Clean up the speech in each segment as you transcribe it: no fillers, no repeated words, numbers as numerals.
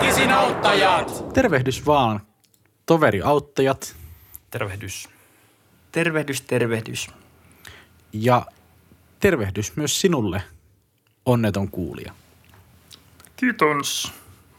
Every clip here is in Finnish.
Väkisin auttajat! Tervehdys vaan, toveriauttajat. Tervehdys. Tervehdys. Ja tervehdys myös sinulle, onneton kuulija. Kiitos.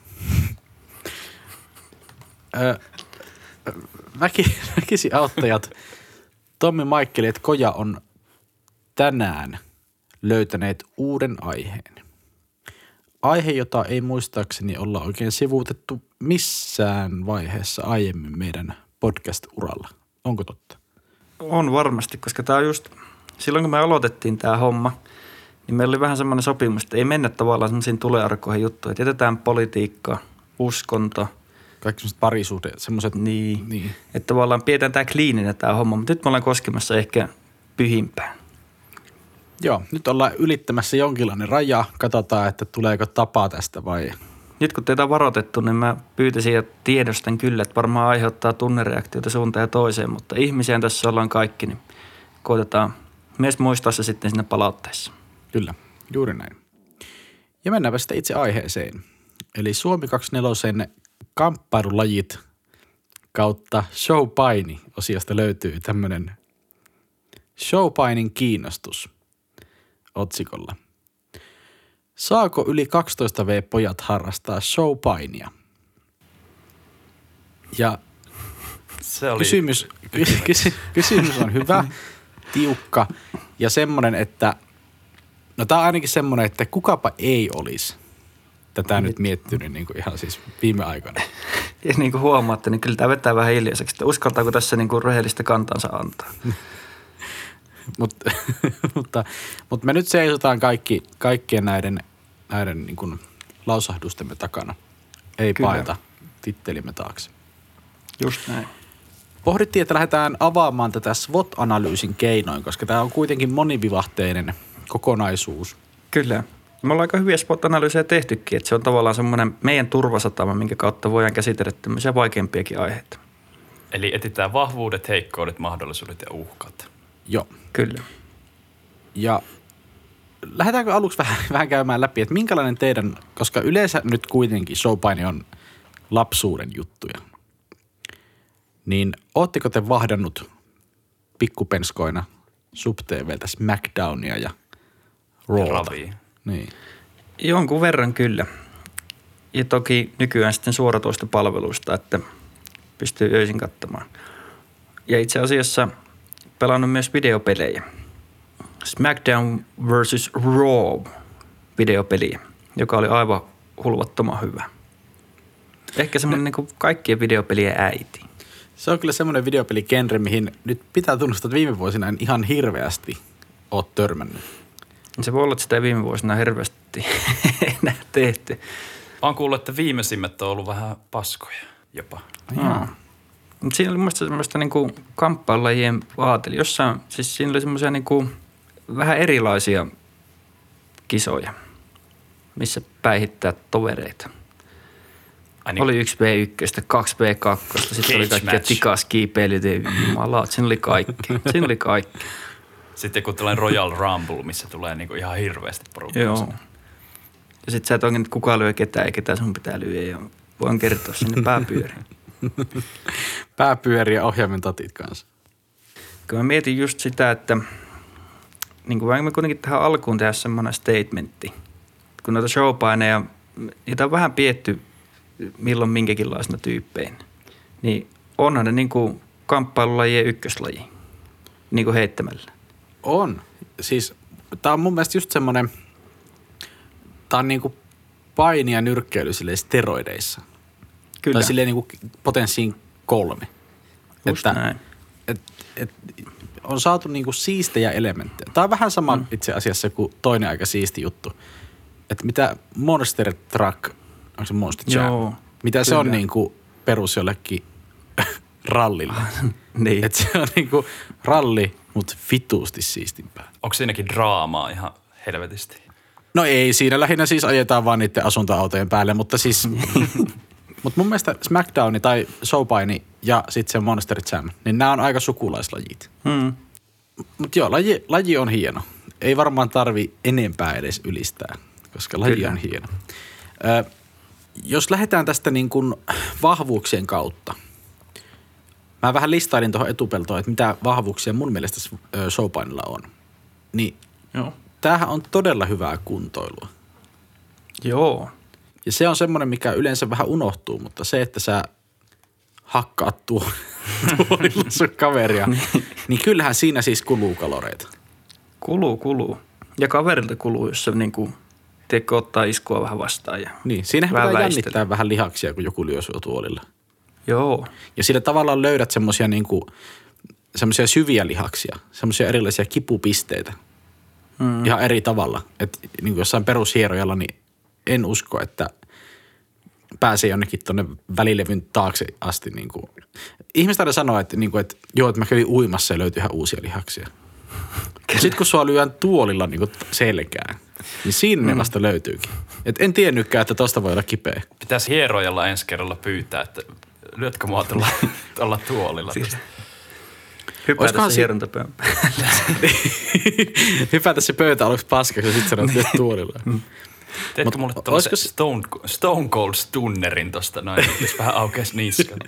Väkisin auttajat, Tommi Maikkeli ja Koja on tänään löytäneet uuden aiheen. Aihe, jota ei muistaakseni olla oikein sivuutettu missään vaiheessa aiemmin meidän podcast-uralla. Onko totta? On varmasti, koska tämä on just, silloin kun me aloitettiin tämä homma, niin meillä oli vähän semmoinen sopimus, että ei mennä tavallaan semmoisiin tulearkoihin juttuihin, että jätetään politiikka, uskonto. Kaikki semmoiset parisuhteet, semmoiset. Niin. Että tavallaan pidetään tämä kliininä tämä homma, mutta nyt me ollaan koskemassa ehkä pyhimpään. Joo, nyt ollaan ylittämässä jonkinlainen raja. Katsotaan, että tuleeko tapa tästä vai. Nyt kun teitä on varoitettu, niin mä pyytäisin ja tiedostan kyllä, että varmaan aiheuttaa tunnereaktioita suuntaan ja toiseen, mutta ihmisiä tässä ollaan kaikki, niin koitetaan myös muistaa se sitten siinä palautteessa. Kyllä, juuri näin. Ja mennäänpä sitten itse aiheeseen. Eli Suomi 24 kamppailulajit kautta showpaini -osiosta löytyy tämmöinen showpainin kiinnostus otsikolla. Saako yli 12V-pojat harrastaa showpainia? Ja Se oli... kysymys on hyvä, tiukka ja semmoinen, että no tää on ainakin semmoinen, että kukapa ei olisi tätä nyt miettinyt niin kuin ihan siis viime aikoina. Ja niin kuin huomaatte, niin kyllä tämä vetää vähän hiljaiseksi, että uskaltaako tässä niin kuin rehellistä kantansa antaa. mutta me nyt seisotaan kaikkien näiden niin kuin lausahdustemme takana. Ei Kyllä. paeta tittelimme taakse. Just näin. Pohdittiin, että lähdetään avaamaan tätä SWOT-analyysin keinoin, koska tämä on kuitenkin monivivahteinen kokonaisuus. Kyllä. Me ollaan aika hyviä spot-analyysejä tehtykin, että se on tavallaan semmoinen meidän turvasatama, minkä kautta voidaan käsitellä tämmöisiä vaikeampiakin aiheita. Eli etsitään vahvuudet, heikkoudet, mahdollisuudet ja uhkat. Joo. Kyllä. Ja lähdetäänkö aluksi vähän käymään läpi, että minkälainen teidän, koska yleensä nyt kuitenkin showpaini on lapsuuden juttuja, niin ootteko te vahdannut pikkupenskoina SubTV:ltä SmackDownia ja Rawta? Ravia. Niin. Jonkun verran kyllä. Ja toki nykyään sitten suoratoistopalveluista, että pystyy öisin katsomaan. Ja itse asiassa pelannut myös videopelejä. SmackDown vs. Raw videopeliä, joka oli aivan hulvattoman hyvä. Ehkä semmoinen niin kuin kaikkien videopelien äiti. Se on kyllä semmoinen videopeligenre, mihin nyt pitää tunnustaa, että viime vuosina en ihan hirveästi ole törmännyt. Se voi olla, että sitä ei viime vuosina hirveästi enää tehty. Mä oon kuullut, että viimeisimmät on ollut vähän paskoja jopa. Mutta siinä oli muista semmoista niinku kamppailulajien vaateli. Jossain, siis siinä oli semmoisia niinku vähän erilaisia kisoja, missä päihittää tovereita. Niin. Oli 1v1, 2v2, sitten oli kaikkia match. tikaskiipeilyitä, jumalaat, siinä oli kaikki. Sitten kun tulee Royal Rumble, missä tulee niinku ihan hirveästi porukkaa. Joo. Ja sitten sä et oikein, että kuka lyö ketään ja ketä sun pitää lyödä ja voin kertoa sinne pääpyöriin. Pääpyöri ja ohjaimen tatit kanssa. Kun mä mietin just sitä, että niin kuin me kuitenkin tähän alkuun tehdä semmoinen statementti. Kun noita showpaineja, niitä on vähän pietty milloin minkäkinlaisena tyyppeinä, niin onhan ne niin kuin kamppailulajien ykköslaji, niin kuin heittämällä. On. Siis tää on mun mielestä just semmoinen, tää on niinku paini ja nyrkkeily silleen steroideissa. Kyllä. Tai silleen niinku potenssiin 3. Just näin. On saatu niinku siistejä elementtejä. Tää on vähän sama itse asiassa kuin toinen aika siisti juttu. Että mitä Monster Truck, onko se Monster Jam? Joo, mitä se kyllä. on niinku perus jollekin rallilla. Niin. Että se on niinku ralli, mutta vituusti siistimpää. Onko siinäkin draamaa ihan helvetisti? No ei, siinä lähinnä siis ajetaan vaan niiden asuntoautojen päälle, mutta siis mutta mun mielestä SmackDowni tai showpaini ja sitten se Monster Jam, niin nämä on aika sukulaislajit. Mutta joo, laji on hieno. Ei varmaan tarvi enempää edes ylistää, koska laji Kyllä. on hieno. Jos lähdetään tästä niin kuin vahvuuksien kautta. Mä vähän listailin tuohon etupeltoon, että mitä vahvuuksia mun mielestä showpainilla on. Niin Joo. tämähän on todella hyvää kuntoilua. Joo. Ja se on semmoinen, mikä yleensä vähän unohtuu, mutta se, että sä hakkaat tuolilla sun kaveria, niin kyllähän siinä siis kuluu kaloreita. Kuluu. Ja kaverilta kuluu, jos se niinku, teekö ottaa iskua vähän vastaan. Ja Niin, siinähän vähän pitää väistellä. jännittää vähän lihaksia, kun joku lyö sua tuolilla. Joo. Ja sillä tavallaan löydät semmoisia niinku, semmoisia syviä lihaksia, semmoisia erilaisia kipupisteitä. Ihan eri tavalla. Että niin kuin jossain perushierojalla, niin en usko, että pääsee jonnekin tuonne välilevyn taakse asti. Niin kuin. Ihmiset aina sanoo, että, niin kuin, että joo, että mä kävin uimassa ja löytyi ihan uusia lihaksia. Sitten kun sua lyön tuolilla niin kuin selkään, niin siinä ne vasta löytyykin. Et en tiennytkään, että tosta voi olla kipeä. Pitäisi hierojalla ensi kerralla pyytää, että lyötkö mua tuolla tuolilla. Hypätä se hierontapöön. Hypätä se pöytä aluksi paskaksi ja sitten sanoo, että tuolilla. Teetkö mulle tuollaisen Stone Cold Stunnerin tosta noin, jos vähän aukeisi niskan.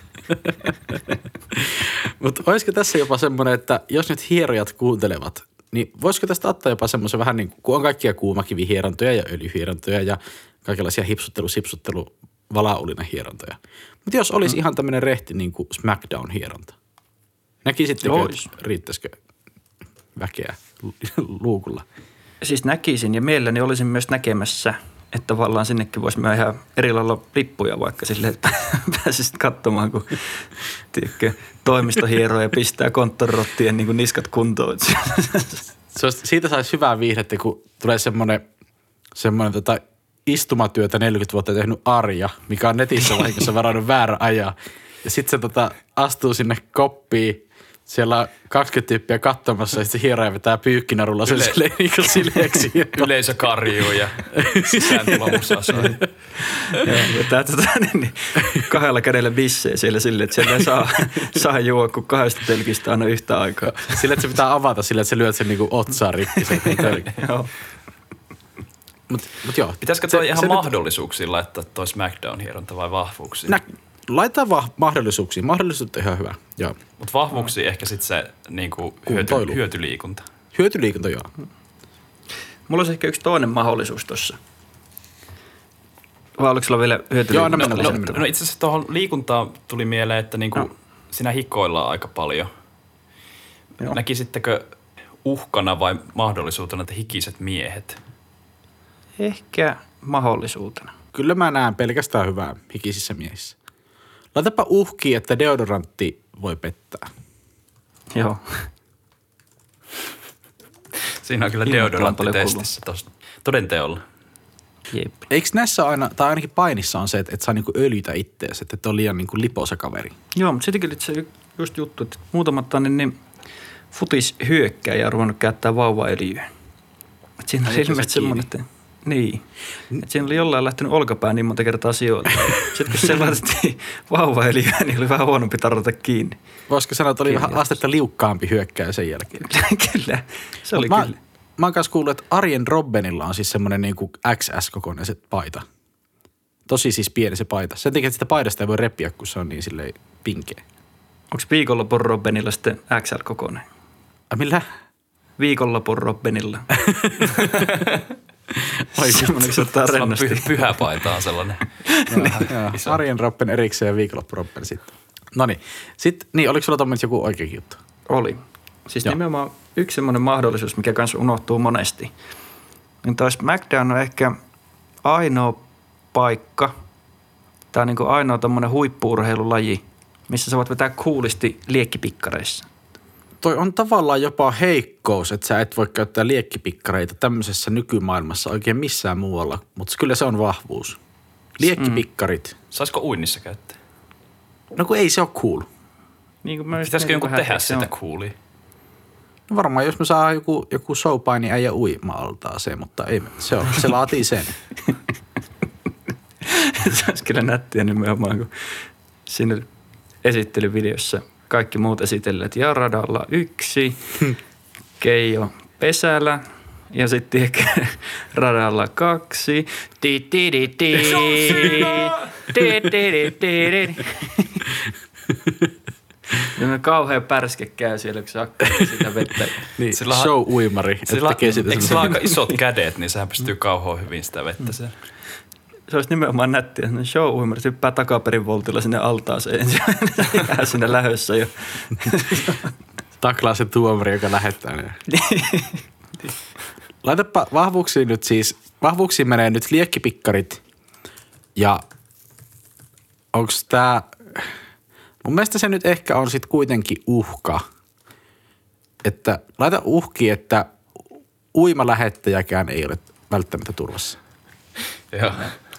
Mutta olisiko tässä jopa semmoinen, että jos nyt hierojat kuuntelevat, niin voisiko tästä ottaa jopa semmoisen vähän niin kuin, kun on kaikkia kuumakivihierontoja ja öljyhierontoja ja kaikenlaisia sipsuttelu, valaulina hierontoja. Mutta jos olisi ihan tämmöinen rehti niin kuin SmackDown-hieronta. Näkisittekö, riittäisikö väkeä luukulla? Siis näkisin ja mielelläni olisin myös näkemässä, että tavallaan sinnekin voisi myös ihan eri lailla lippuja vaikka silleen, että pääsisit katsomaan, kun toimistohieroja pistää konttorirottien niin kuin niskat kuntoon. Siitä saisi hyvää viihdettä, kun tulee semmoinen istumatyötä 40 vuotta tehnyt Arja, mikä on netissä vahingossa varannut väärä ajaa. Ja sitten se astuu sinne koppiin. Siellä on 20 tyyppiä katsomassa ja sitten se hieroja vetää pyykkinarulla sen sileeksi. Yleisö karjuu ja sisääntulomussa soi. Vetää kahdella kädellä bissejä siellä silleen, että siellä saa juo kuin 2 telkistä aina yhtä aikaa. Sillä, että se pitää avata sillä, että sä lyöt sen niinku otsaan rikki. Joo. Mut joo. Pitäisikö toi ihan mahdollisuuksiin laittaa toi SmackDown-hieronta vai vahvuuksiin? Laitetaan mahdollisuuksiin. Mahdollisuudet on ihan hyvä. Mutta vahvuuksiin ehkä sitten se niinku hyötyliikunta. Hyötyliikunta, joo. Mulla olisi ehkä yksi toinen mahdollisuus tuossa. Vai oliko sulla vielä hyötyliikunta? No itse asiassa tuohon liikuntaan tuli mieleen, että niinku siinä hikoillaan aika paljon. Joo. Näkisittekö uhkana vai mahdollisuutena, että hikiset miehet? Ehkä mahdollisuutena. Kyllä mä näen pelkästään hyvää hikisissä miehissä. Laitapa uhkiin, että deodorantti voi pettää. Joo. Siinä on kyllä deodoranttitestissä tuosta. Todenteolla. Jep. Eikö näissä aina, tai ainakin painissa on se, että et saa niinku öljytä ittees, että et ole liian niinku liposa kaveri? Joo, mutta sittenkin se just juttu, että muutamat niin futishyökkäjä on ruvennut käyttää vauvaöljyä. Siinä oli ilmeisesti semmoinen, että niin. Että siinä oli jollain lähtenyt olkapää niin monta kertaa sijoilta. Sitten kun se laitettiin vauvaöljyä, niin oli vähän huonompi tarrata kiinni. Voisiko sanoa, että oli vähän astetta liukkaampi hyökkäjä sen jälkeen? Kyllä, se oli kyllä. Mä oon kanssa kuullut, että Arjen Robbenilla on siis semmoinen niin kuin XS-kokoinen se paita. Tosi siis pieni se paita. Sen takia, että sitä paidasta ei voi repiä, kun se on niin silleen pinkeä. Onko viikonlopun Robbenilla sitten XL-kokoinen? Millä? Viikonlopun Robbenilla. Semmoinen, se ottaa rennosti. Pyhä paita on sellainen. Arjen Robben erikseen ja viikonloppu Robben sitten. Noniin. Sitten, niin oliko sulla tommoinen joku oikeakin juttu? Oli. Siis nimenomaan yksi semmoinen mahdollisuus, mikä kanssa unohtuu monesti. Niin toi SmackDown on ehkä ainoa paikka, tai niin kuin ainoa tommoinen huippu-urheilulaji, missä sä voit vetää coolisti liekkipikkareissa. Toi on tavallaan jopa heikkous, että sä et voi käyttää liekkipikkareita tämmöisessä nykymaailmassa oikein missään muualla, mutta kyllä se on vahvuus. Liekkipikkarit. Saisiko uinnissa käyttää? No kun ei se ole cool. Niin pitäisikö jonkun tehdä sitä coolia? No varmaan jos me saa joku showpaini äijä uima-altaaseen, mutta ei, se laatii sen. Se olisi kyllä nättiä nimenomaan, kun siinä esittelyvideossa kaikki muut esitelleet ja radalla 1, Keijo pesällä, Ja sitten ehkä radalla 2. Ja kauhean pärske käy siellä, kun se hakkaa sitä vettä. Niin, show-uimari. Eikö sillä aika isot kädet, niin sehän pystyy kauhoan hyvin sitä vettä siellä. Se olisi nimenomaan nättiä. Show-uimari hyppää takaperin voltilla sinne altaaseen. Se jää sinne lähössä jo. Taklaa se tuomari, joka lähettää ne. Laitapa vahvuuksiin nyt siis. Vahvuuksiin menee nyt liekkipikkarit. Ja onks tää... Mun mielestä se nyt ehkä on sit kuitenkin uhka. Että laita uhki, että uimalähettäjäkään ei ole välttämättä turvassa. Joo.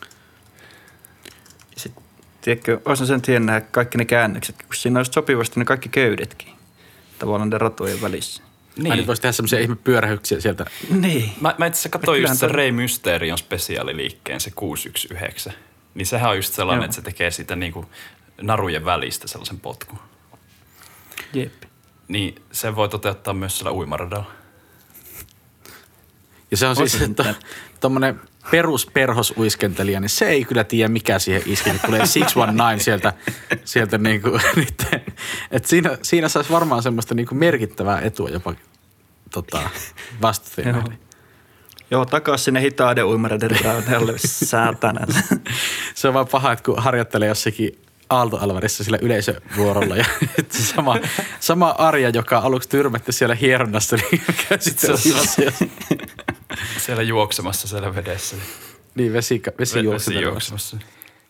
Sitten, tiedätkö, olisin sen tiedä kaikki ne käännökset, kun siinä olisi sopivasti ne kaikki köydetkin tavallaan ne ratojen välissä. Niin. Nyt voisi tehdä semmoisia ihme pyörähyksiä sieltä. Niin. Mä itse asiassa katsoin just sen Rey Mysterion spesiaaliliikkeen, se 619. Niin sehän on just sellainen, että se tekee sitä niinku narujen välistä sellaisen potkun. Jep. Niin se voi toteuttaa myös sillä uimaradalla. Ja se on siis tommonen perusperhosuiskentelija, niin se ei kyllä tiedä mikä siihen iski. Tulee 619 sieltä niinku nyt. Että siinä saisi varmaan semmoista niinku merkittävää etua jopa vastustajille. Joo, takas sinne hitaiden uimareiden raudalle, saatana. Se on vaan paha, että kun harjoittelee jossakin Aalto-Alvarissa sillä yleisövuorolla ja sama Arja, joka aluksi tyrmätti siellä hieronnassa, niin käy sitten siellä juoksemassa siellä vedessä. Niin, vesi juoksemassa.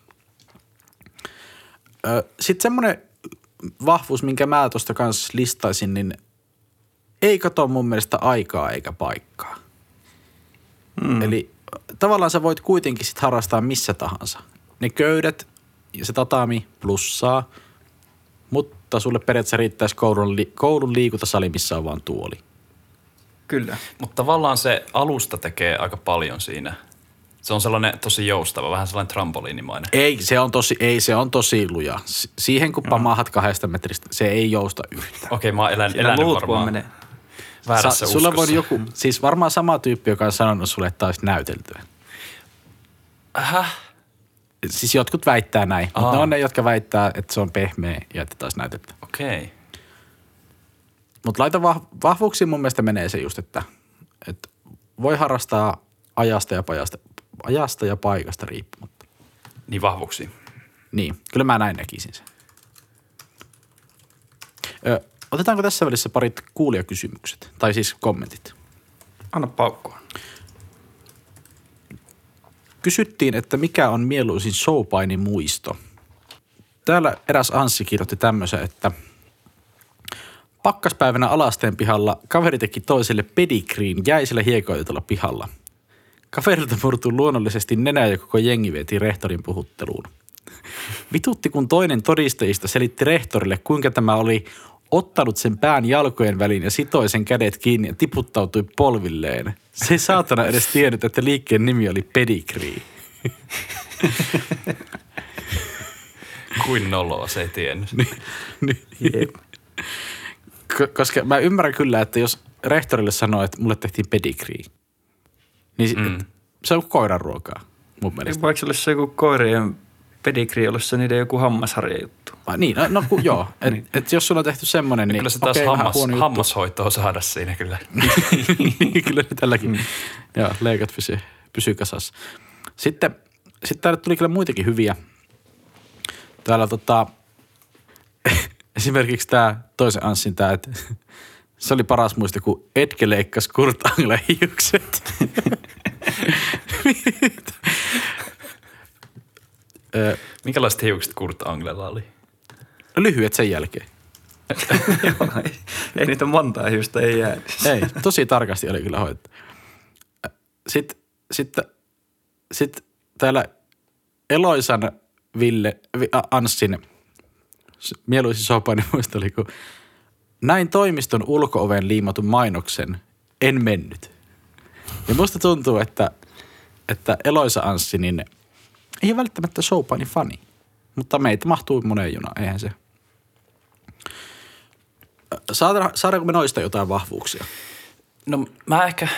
Sitten semmoinen vahvuus, minkä mä tuosta kanssa listaisin, niin ei kato mun mielestä aikaa eikä paikkaa. Eli tavallaan sä voit kuitenkin sit harrastaa missä tahansa. Ne köydet ja se tatami plussaa, mutta sulle periaatteessa riittäisi koulun liikuntasali, missä on vaan tuoli. Kyllä. Mutta tavallaan se alusta tekee aika paljon siinä. Se on sellainen tosi joustava, vähän sellainen trampoliinimainen. Se on tosi luja. Siihen kun pamaahat 2 metristä, se ei jousta yhtään. Okei, mä oon elänyt varmaan väärässä uskossa. Sulla voi joku, siis varmaan sama tyyppi, joka on sanonut sulle, että olisi näyteltyä. Siis jotkut väittää näin, mutta ne on ne, jotka väittää, että se on pehmeä ja että taisi näyteltyä. Okei. Mutta laita vahvuuksiin mun mielestä menee se just, että voi harrastaa ajasta ja paikasta riippumatta. Niin vahvuuksiin. Niin, kyllä mä näin näkisin sen. Otetaanko tässä välissä parit kuulijakysymykset, tai siis kommentit? Anna paukkua. Kysyttiin, että mikä on mieluisin showpainimuisto. Täällä eräs Anssi kirjoitti tämmöisen, että pakkaspäivänä alasteen pihalla kaveri teki toiselle pedigreein jäisellä hiekoitetulla pihalla. Kaverilta murtui luonnollisesti nenä ja koko jengi vietiin rehtorin puhutteluun. Vitutti, kun toinen todistajista selitti rehtorille, kuinka tämä oli ottanut sen pään jalkojen väliin ja sitoi sen kädet kiinni ja tiputtautui polvilleen. Se ei saatana edes tiennyt, että liikkeen nimi oli pedigree. Kuin noloa, se ei tiennyt. Niin. Koska mä ymmärrän kyllä, että jos rehtorille sanoo, että mulle tehtiin pedigree, niin se on koiran ruokaa mun mielestä. Vaikka se olisi se joku koirien pedigree, olisi se niiden joku hammasharja juttu. Niin, joo. Et jos sulla on tehty semmoinen, niin kyllä se taas hammashoitoa saada siinä kyllä. Kyllä tälläkin. Joo, leikat pysyy kasassa. Sitten täällä tuli kyllä muitakin hyviä. Täällä esimerkiksi tämä toisen Anssin tämä, että se oli paras muista, kun Edge leikkasi Kurt Angle hiukset. Minkälaiset hiukset Kurt Anglella oli? Lyhyet sen jälkeen. Ei niitä montaa hiusta ei jää. Ei, tosi tarkasti oli kyllä hoidettu. Sitten täällä Eloisan Anssin mieluisin sopainen muista oli, kun näin toimiston ulko-oven liimatun mainoksen, en mennyt. Ja musta tuntuu, että Eloisa Anssi, niin ei välttämättä showpainin fani, mutta meitä mahtuu moneen junaan, eihän se. Saadaanko me noista jotain vahvuuksia? No mä ehkä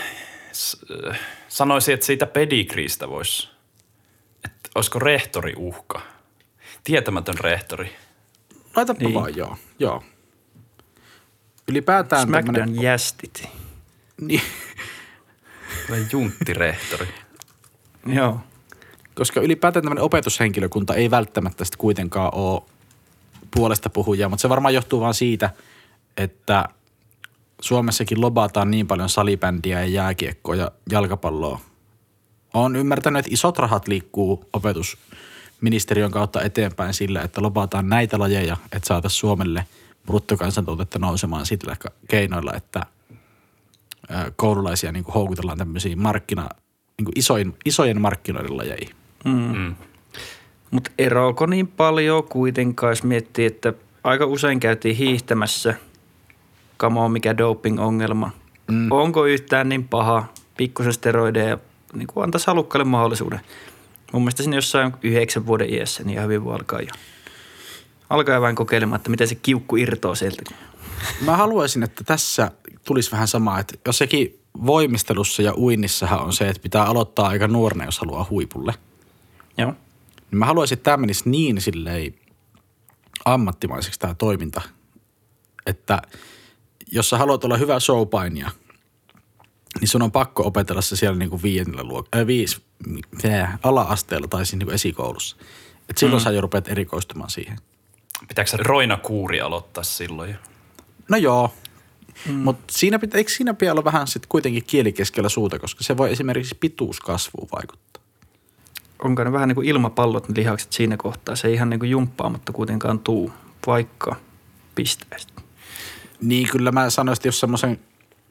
sanoisin, että siitä pedigreestä voisi, että olisiko rehtori uhka? Tietämätön rehtori. Laitapa Niin. vaan, joo. Ylipäätään SmackDown jästit. Niin, Junttirehtori. Joo. koska ylipäätään tämmöinen opetushenkilökunta ei välttämättä sitten kuitenkaan ole puolesta puhujia, mutta se varmaan johtuu vaan siitä, että Suomessakin lobataan niin paljon salibändiä ja jääkiekkoa ja jalkapalloa. Olen ymmärtänyt, että isot rahat liikkuu opetusministeriön kautta eteenpäin sillä, että lobataan näitä lajeja, että saataisiin Suomelle bruttokansantuotetta nousemaan sillä keinoilla, että koululaisia niin kuin houkutellaan tämmöisiin niin kuin isojen markkinoiden lajeihin. Mutta eroako niin paljon kuitenkaan, jos miettii, että aika usein käytiin hiihtämässä, kamo mikä doping-ongelma. Onko yhtään niin paha, pikkusen steroideja, niin kuin antaisi halukkaille mahdollisuuden. Mun mielestä siinä jossain 9 vuoden iässä, niin ihan hyvin voi alkaa jo vain kokeilemaan, että miten se kiukku irtoaa sieltä. Mä haluaisin, että tässä tulisi vähän samaa, että jos sekin voimistelussa ja uinnissahan on se, että pitää aloittaa aika nuorena, jos haluaa huipulle. Joo. Niin mä haluaisin, että tämä menisi niin silleen ammattimaiseksi tämä toiminta, että jos sä haluat olla hyvä showpainija, niin sun on pakko opetella se siellä niin kuin 5 ala-asteella tai siis niin kuin esikoulussa. Että silloin sä jo rupeat erikoistumaan siihen. Pitääkö se roinakuuri aloittaa silloin jo? No joo, mutta eikö siinä pitää olla vähän sitten kuitenkin kieli keskellä suuta, koska se voi esimerkiksi pituuskasvuun vaikuttaa. Onko ne vähän niin kuin ilmapallot, ne lihakset siinä kohtaa? Se ei ihan niin kuin jumppaamatta kuitenkaan tuu, vaikka pisteestä. Niin kyllä mä sanoisin, että jos semmoisen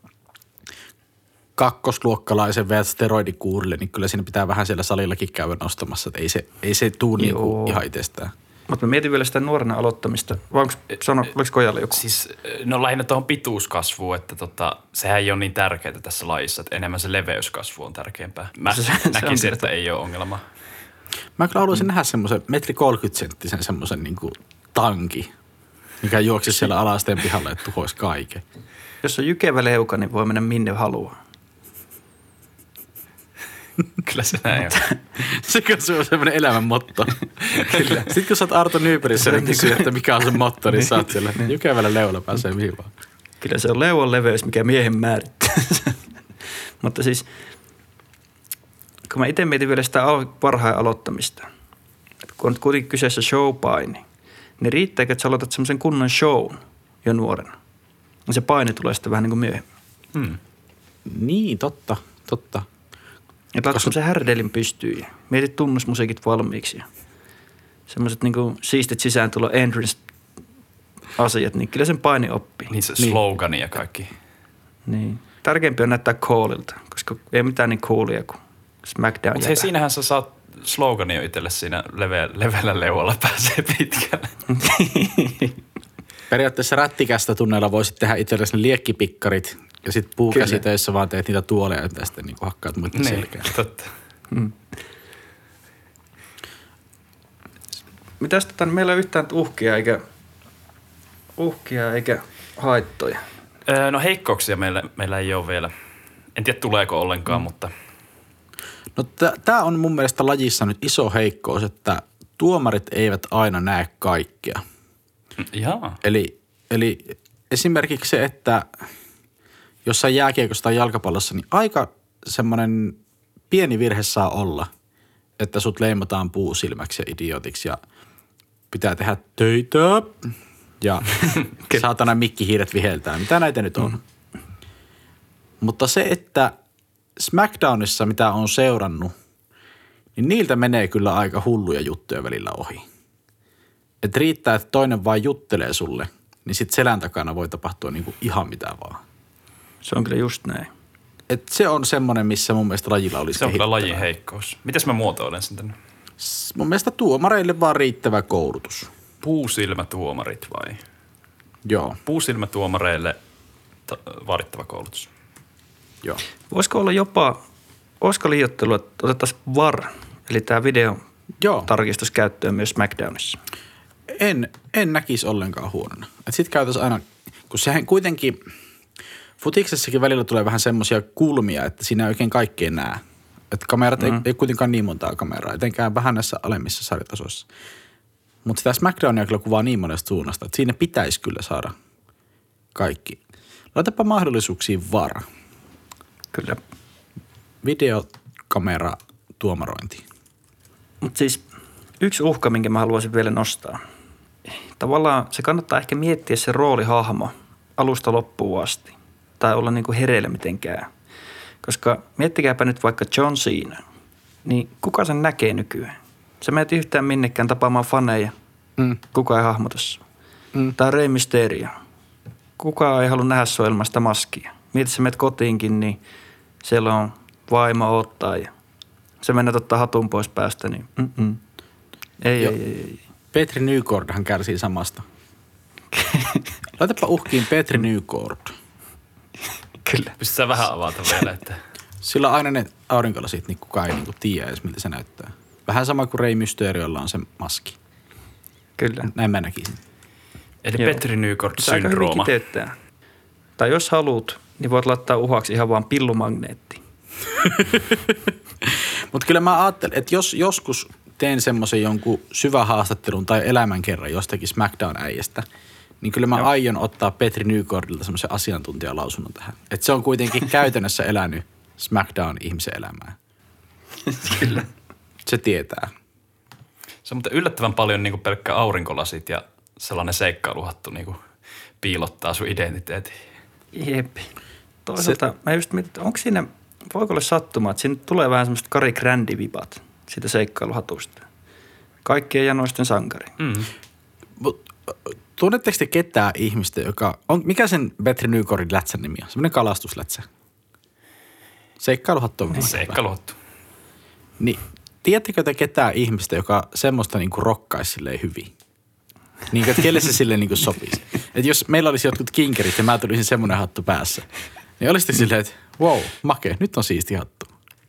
kakkosluokkalaisen veät steroidikuurille, niin kyllä siinä pitää vähän siellä salillakin käydä nostamassa, että ei se tuu niin kuin ihan itsestään. Mutta mä mietin vielä sitä nuorena aloittamista. Vai oliko Kojalle joku? Siis no lähinnä tuohon pituuskasvuun, että sehän ei ole niin tärkeää tässä lajissa, että enemmän se leveyskasvu on tärkeämpää. Mä näkisin, että ei ole ongelma. Mä kyllä haluaisin nähdä semmoisen 1,30 m semmoisen niin kuin tanki, mikä juoksisi siellä alasteen pihalle, että tuhoisi kaiken. Jos on jykevä leuka, niin voi mennä minne haluaa. Kyllä se näin on. Se on semmoinen elämän motto. Kyllä. Sitten kun sä oot Arto Nyberissä, niin kysyy, että mikä on sun motto, niin sä oot siellä jykevällä leualla pääsee mihin vaan. Kyllä se on leuan leveys, mikä miehen määrittää. Mutta siis, kun mä itse mietin vielä sitä parhaan aloittamista, että kun on kuitenkin kyseessä showpaini, niin riittääkö, että sä aloitat semmoisen kunnon show jo nuorena? Ja se paine tulee sitten vähän niin kuin myöhemmin. Niin, totta. Ja laitat semmoisen härdelin pystyyn ja mietit tunnusmusiikit valmiiksi ja semmoiset niin kuin siistit sisääntulo entrance-asiat, niin kyllä sen paine oppii. Niin se slogani ja kaikki. Niin. Tärkeämpi on näyttää coolilta, koska ei mitään niin coolia kuin SmackDown. Mutta hei, siinähän sä saat slogani jo itselle siinä leveällä leualla pääsee pitkälle. Periaatteessa rättikästä tunneilla voisit tehdä itsellesi ne liekkipikkarit ja sitten puukäsitöissä vaan teet niitä tuoleja ja sitten niin hakkaat muiden selkään. Totta. Mitäs meillä ei yhtään uhkia eikä haittoja? No heikkouksia meillä ei ole vielä. En tiedä tuleeko ollenkaan, mutta... No tämä on mun mielestä lajissa nyt iso heikkous, että tuomarit eivät aina näe kaikkea. Jaa. Eli esimerkiksi se, että jossain jääkiekossa tai jalkapallossa, niin aika semmoinen pieni virhe saa olla, että sut leimataan puusilmäksi ja idiotiksi ja pitää tehdä töitä ja saatana mikkihiiret viheltää. Mitä näitä nyt on? Mutta se, että SmackDownissa, mitä on seurannut, niin niiltä menee kyllä aika hulluja juttuja välillä ohi. Että riittää, että toinen vaan juttelee sulle, niin sit selän takana voi tapahtua niinku ihan mitä vaan. Se on kyllä just näin. Et se on semmoinen, missä mun mielestä lajilla olisi Se on kyllä lajin heikkous. Mites mä muotoilen sen tänne? Mun mielestä tuomareille vaan riittävä koulutus. Puusilmätuomarit vai? Joo. Puusilmätuomareille vaadittava koulutus. Joo. Voisiko olla jopa, olisiko liioittelua, että otettaisiin VAR, eli tämä videon tarkistus käyttöön myös SmackDownissa? En näkisi ollenkaan huonona. Että sit käytäisiin aina, kun sehän kuitenkin Futiksessakin välillä tulee vähän semmoisia kulmia, että siinä ei oikein kaikkea näe. Että kamerat ei kuitenkaan niin montaa kameraa, etenkään vähän näissä alemmissa sarjatasoissa. Mutta sitä SmackDownia kyllä kuvaa niin monesta suunnasta, että siinä pitäisi kyllä saada kaikki. Laitapa mahdollisuuksiin vara. Kyllä. Videokamera tuomarointi. Mutta siis yksi uhka, minkä mä haluaisin vielä nostaa. Tavallaan se kannattaa ehkä miettiä se roolihahmo alusta loppuun asti. Tai olla niinku hereillä mitenkään. Koska miettikääpä nyt vaikka John Cena. Niin kuka sen näkee nykyään? Sä menet yhtään minnekään tapaamaan faneja. Kuka ei hahmota sua. Tai Rey Mysterio. Kuka ei halua nähdä sua ilman sitä maskia. Mieti sä menet kotiinkin, niin siellä on vaimo ottaa ja sä menet ottaa hatun pois päästä, niin Ei. Petri Nykordhan kärsii samasta. Laitapa uhkiin Petri Nykord. Kyllä. Pystytkö vähän avata vielä, että... Sillä on aina ne aurinkolasit, niin kukaan ei niin tiedä edes, miltä se näyttää. Vähän sama kuin Rey Mysteriolla on se maski. Kyllä. Näin mä näkisin. Eli Petri Nykord-syndrooma. Aika hyvin kiteyttää. Tai jos haluat, niin voit laittaa uhaksi ihan vaan pillumagneetti. Mutta kyllä mä ajattelen, että jos joskus teen semmoisen jonkun syvähaastattelun tai elämänkerran jostakin SmackDown-äijästä, niin kyllä mä aion ottaa Petri Nykordilta semmoisen asiantuntijalausunnon tähän. Että se on kuitenkin käytännössä elänyt SmackDown-ihmisen elämää. Kyllä. Se tietää. Se on muuten yllättävän paljon niin kuin pelkkä aurinkolasit ja sellainen seikkailuhattu niin kuin piilottaa sun identiteetin. Jep. Toisaalta mä just mietin, että onko siinä, voiko olla sattumaa, että siinä tulee vähän semmoista Kari Grandi-vipat siitä seikkailuhatusta. Kaikkien janoisten sankari. Tunnetteko te ketään ihmistä, joka on, mikä sen Petri Nykordin lätsän nimi on? Semmoinen kalastuslätsä. Seikkailuhattu on. Seikkailuhattu. Niin, tiedättekö te ketään ihmistä, joka semmoista niinku rokkaisi silleen hyvin? Niin, että kelle se silleen niinku sopisi? Että jos meillä olisi jotkut kinkerit ja mä tulisin semmoinen hattu päässä, niin olisitte silleen, että wow, makea, nyt on siisti hattu.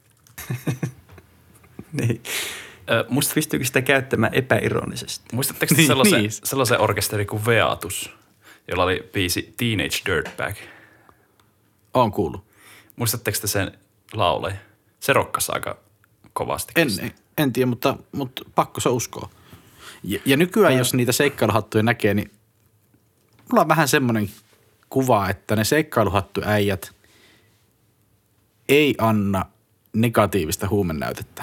Niin. Musta pystyykö sitä käyttämään epäironisesti? Muistatteko sellaisen orkesteri kuin Veatus, jolla oli biisi Teenage Dirtbag? Oon kuullut. Muistatteko te sen laulaja? Se rokkasi aika kovasti. En tiedä, mutta pakko se uskoa. Ja nykyään, jos niitä seikkailuhattuja näkee, niin mulla on vähän semmoinen kuva, että ne seikkailuhattuäijät ei anna negatiivista huumennäytettä.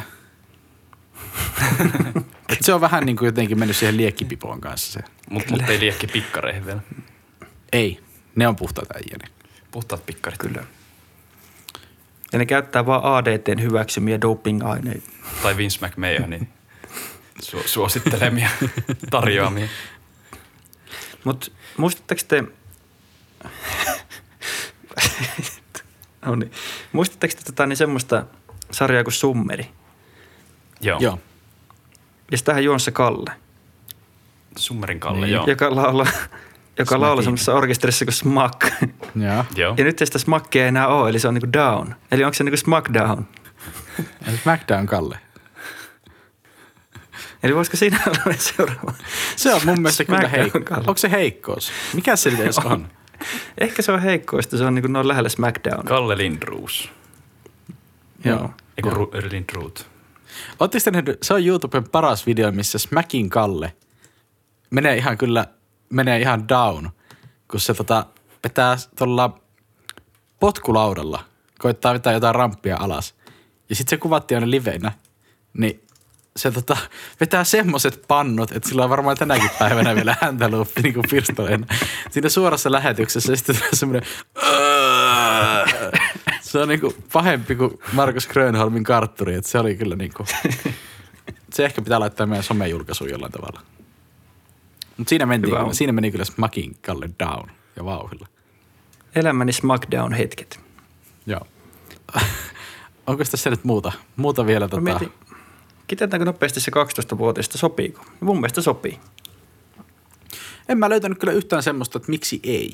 Et se on vähän niin kuin jotenkin mennyt siihen liekkipipoon kanssa se. Mutta ei liekki pikkareihin vielä. Ei, ne on puhtaat äijä. Puhtaat pikkarit. Kyllä. Ja ne käyttää vaan ADT:n hyväksymiä doping-aineita. Tai Vince McMahonin suosittelemia tarjoamia. Mutta muistatteko te... no niin. Muistatteko te niin semmoista sarjaa kuin Summeri? Joo. Ja sitähän juonsa Kalle. Summerin Kalle, niin. joo. Joka laulaa semmoisessa orkesterissa kuin Smack. Joo. Ja nyt sitä Smackia ei enää ole, eli se on niinku down. Eli onko se niinku Smackdown? SmackDown Kalle. Eli voisiko siinä olla seuraava? Se on mun mielestä kyllä heikko. Kalle. Onko se heikkous? Mikä se edes on? Ehkä se on heikkoista, se on niinku noin lähellä Smackdown. Kalle Lindroos. Joo. Eiku Lindroot. Ootteko te nähnyt, se on YouTuben paras video, missä Smackin Kalle menee ihan down, kun se vetää tuolla potkulaudalla, koittaa vetää jotain ramppia alas. Ja sitten se kuvattiin aina liveinä, niin se vetää semmoiset pannut, että sillä on varmaan tänäkin päivänä vielä häntäluuppi niin kuin pirstoleina. Siinä suorassa lähetyksessä ja sitten semmoinen se on niinku pahempi kuin Markus Grönholmin kartturi, että se oli kyllä niinku, se ehkä pitää laittaa meidän somejulkaisuun jollain tavalla. Mutta siinä meni kyllä Smackin Kalle down ja vauhilla. Elämäni Smackdown-hetket. Joo. Onko tässä nyt muuta vielä? Kiteytäänkö nopeasti se 12-vuotiaista, sopiiko? Mun mielestä sopii. En mä löytänyt kyllä yhtään semmoista, että miksi ei.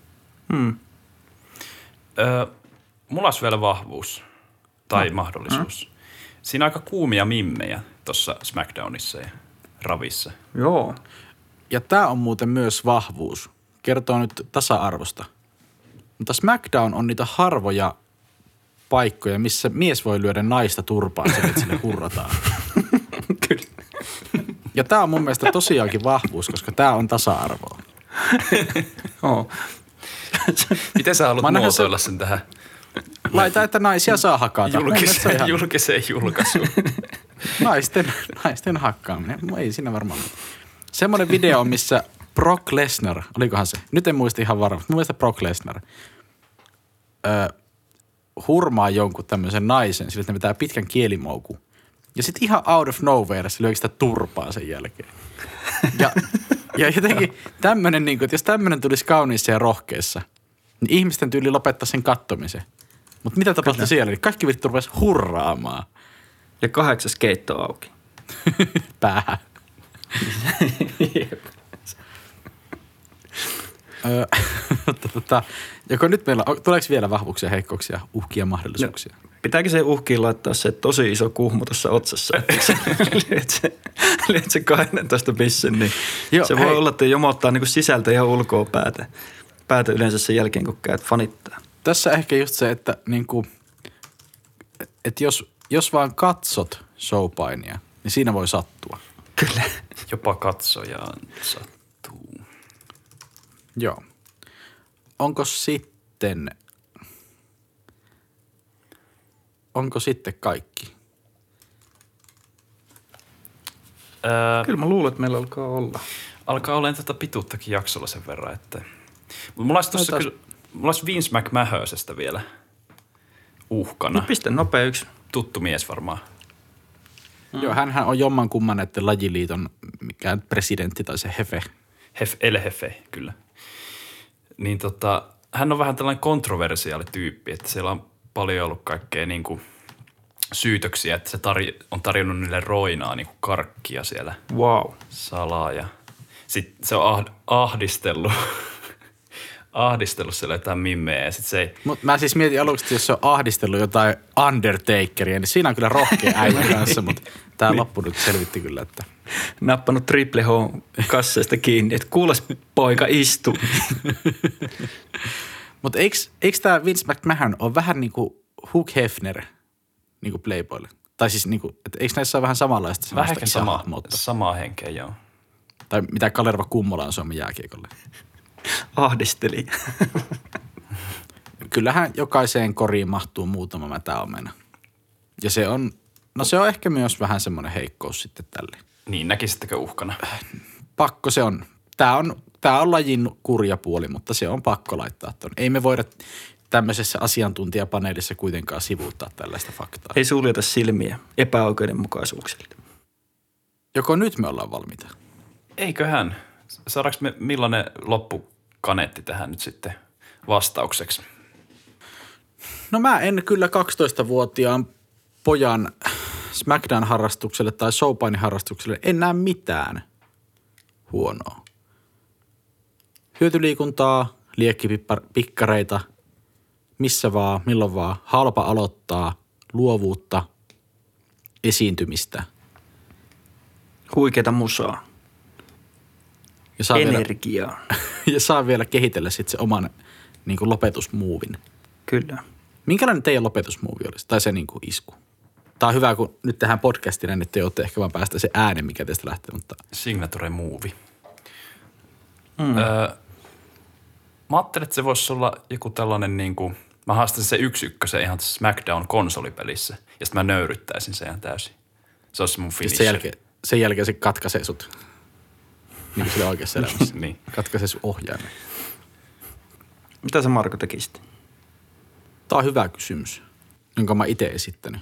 Mulla olisi vielä vahvuus tai mahdollisuus. Siinä on aika kuumia mimmejä tuossa SmackDownissa ja Ravissa. Joo. Ja tää on muuten myös vahvuus. Kertoo nyt tasa-arvosta. Mutta SmackDown on niitä harvoja paikkoja, missä mies voi lyödä naista turpaan sen, että sille hurrataan. Kyllä. Ja tää on mun mielestä tosiaankin vahvuus, koska tää on tasa-arvoa. Miten sä haluat muotoilla sen tähän? Laita, että naisia saa hakata. Julkiseen julkaisuun. naisten hakkaaminen. Ei siinä varmaan. Semmoinen video, missä Brock Lesnar, olikohan se? Nyt en muista ihan varmasti. Mun mielestä Brock Lesnar hurmaa jonkun tämmöisen naisen, sillä että ne vetää pitkän kielimoukun. Ja sitten ihan out of nowhere se lyökin sitä turpaa sen jälkeen. Ja jotenkin tämmöinen, niin että jos tämmöinen tulisi kauniissa ja rohkeassa, niin ihmisten tyyli lopettaa sen kattomisen. Mutta mitä tapahtui siellä? Niin kaikki vittu rupesi hurraamaan. Ja 8 keitto auki. Päähän. Joko nyt meillä tuleeko vielä vahvuuksia, heikkouksia, uhkia, mahdollisuuksia? No, pitääkö se uhkiin laittaa se tosi iso kuhmu tuossa otsassa, että sä lyöt se 12 pissen, niin se voi olla, että jomottaa niin kuin sisältä ja ulkoa päätä yleensä sen jälkeen, kun käyt fanittaa. Tässä ehkä just se, että, niin kuin, että jos vaan katsot showpainia, niin siinä voi sattua. Kyllä. Jopa katsojaan sattuu. Joo. Onko sitten kaikki? Kyllä mä luulen, että meillä alkaa olla. Alkaa olemaan tätä pituuttakin jaksolla sen verran, että... Mulla olisi Vince McMahonista vielä uhkana. No pistä nopea yksi. Tuttu mies varmaan. Joo, hänhän on jommankumman näiden lajiliiton mikään presidentti tai se hefe. El Hefe, kyllä. Niin hän on vähän tällainen kontroversiaali tyyppi, että siellä on paljon ollut kaikkea niin kuin syytöksiä, että se on tarjonnut niille roinaa niin kuin karkkia siellä salaa. Ja sitten se on ahdistellut siellä jotain mimmeä ja sitten se ei... Mä siis mietin aluksi, että jos se on ahdistellut jotain Undertakeria, niin siinä on kyllä rohkea äijä kanssa, mutta tää loppu nyt selvitti kyllä, että... Nappanut Triple H kasseista kiinni, että kuules poika istu. Mutta eikö tää Vince McMahon ole vähän niin kuin Hugh Hefner niin kuin Playboylle? Tai siis niin kuin, että eikö näissä ole vähän samanlaista? Vähän samaa henkeä, joo. Tai mitä Kalerva Kummola on Suomen jääkiekolle? Ahdisteli. Kyllähän jokaiseen koriin mahtuu muutama mätäomena. Ja se on ehkä myös vähän semmoinen heikkous sitten tälle. Niin, näkisittekö uhkana? Pakko se on. Tää on lajin kurja puoli, mutta se on pakko laittaa tuonne. Ei me voida tämmöisessä asiantuntijapaneelissa kuitenkaan sivuuttaa tällaista faktaa. Ei suljeta silmiä epäoikeudenmukaisuuksilta. Joko nyt me ollaan valmiita? Eiköhän. Saadaanko me millainen loppukaneetti tähän nyt sitten vastaukseksi? No mä en kyllä 12-vuotiaan pojan SmackDown-harrastukselle tai showpaini-harrastukselle en näe mitään huonoa. Hyötyliikuntaa, liekkipikkareita, missä vaan, milloin vaan, halpa aloittaa, luovuutta, esiintymistä. Huikeata musaa. Ja saa energiaa. Ja saa vielä kehitellä sitten se oman niin kuin lopetusmuuvin. Kyllä. Minkälainen teidän lopetusmuovi olisi? Tai se niin kuin isku? Tämä on hyvä, kun nyt tehdään podcastina, niin te olette ehkä vaan päästä se äänen, mikä teistä lähtee. Mutta... Signature movie. Mä ajattelin, että se voisi olla joku tällainen niin kuin, mä haastan se 1-1 ihan tässä SmackDown-konsolipelissä. Ja sitten mä nöyryttäisin sen ihan täysin. Se olisi mun finisher. Sen jälkeen se katkaisee sut. Niin kuin sille oikeassa elämässä. Niin. Katkaisee sun ohjaimen. Mitä sä Marko tekisit? Tämä on hyvä kysymys, jonka mä itse esittänyt.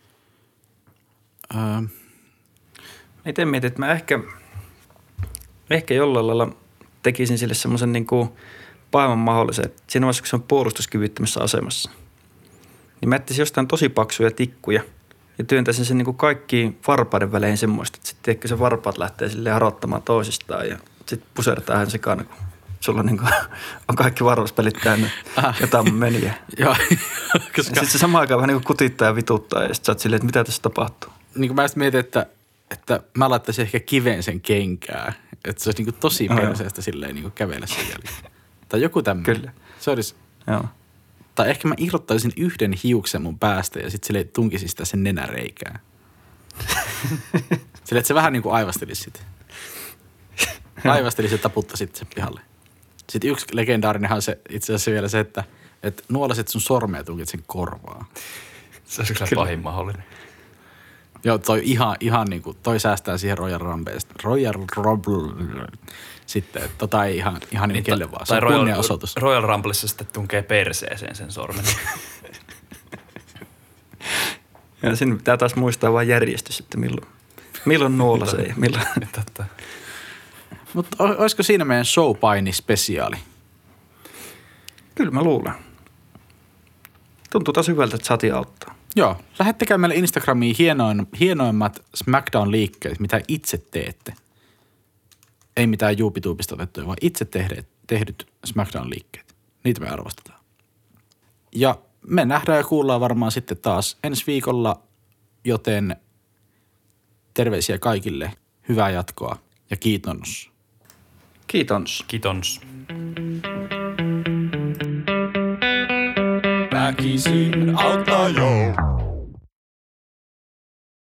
Itse mietin, että mä ehkä jollain lailla tekisin sille semmoisen niin kuin pahemman mahdollisen. Siinä vaiheessa, kun se on puolustuskyvyttömässä asemassa, niin mä etsisin jostain tosi paksuja tikkuja ja työntäisin sen niin kuin kaikkiin varpaiden väleihin semmoista, että sitten ehkä se varpaat lähtee silleen harottamaan toisistaan ja sitten pusertaa hän sekana, kun sulla niin kuin on kaikki varvaspelit täynnä jotain meniä. Joo. Sitten se samaan aikaan vähän niin kuin kutittaa ja vituttaa ja sitten sä oot silleen, että mitä tässä tapahtuu. Niin kuin mä sitten mietin, että mä laittaisin ehkä kiveen sen kenkää. Että se olisi niin kuin tosi perseestä silleen niin kuin kävellä sen jälkeen. Tai joku tämmöinen. Kyllä. Se olisi Joo. Tai ehkä mä irrottaisin yhden hiuksen mun päästä ja sitten sille tunkisin sitä sen nenäreikää. Sille, että se vähän niin kuin aivastelisi sitä. Aivastelisi ja taputta sitten sen pihalle. Sitten yksi legendaarinenhan on se, itse asiassa vielä se, että nuolasit sun sormea ja tunkit sen korvaa. Se olisi kyllä pahin mahdollinen. Joo, toi ihan niin kuin, toi säästää siihen Royal Rumbleista. Sitten, että tota ei ihan niin kelle vaan. Se on kunnianosoitus. Royal Rumblessa sitten tunkee perseeseen sen sormen. Ja sinne pitää taas muistaa vain järjestys, että milloin nuolasee ja milloin. Totta. Mutta olisiko siinä meidän showpaini-spesiaali? Kyllä mä luulen. Tuntuu taas hyvältä, että saatiin auttaa. Joo, lähettäkää meille Instagramiin hienoimmat SmackDown-liikkeet, mitä itse teette. Ei mitään juupituupista otettuja, vaan itse tehdyt SmackDown-liikkeet. Niitä me arvostetaan. Ja me nähdään ja kuullaan varmaan sitten taas ensi viikolla, joten terveisiä kaikille, hyvää jatkoa ja kiitos. Kiitos. Kiitos. Väkisin auttaa jo.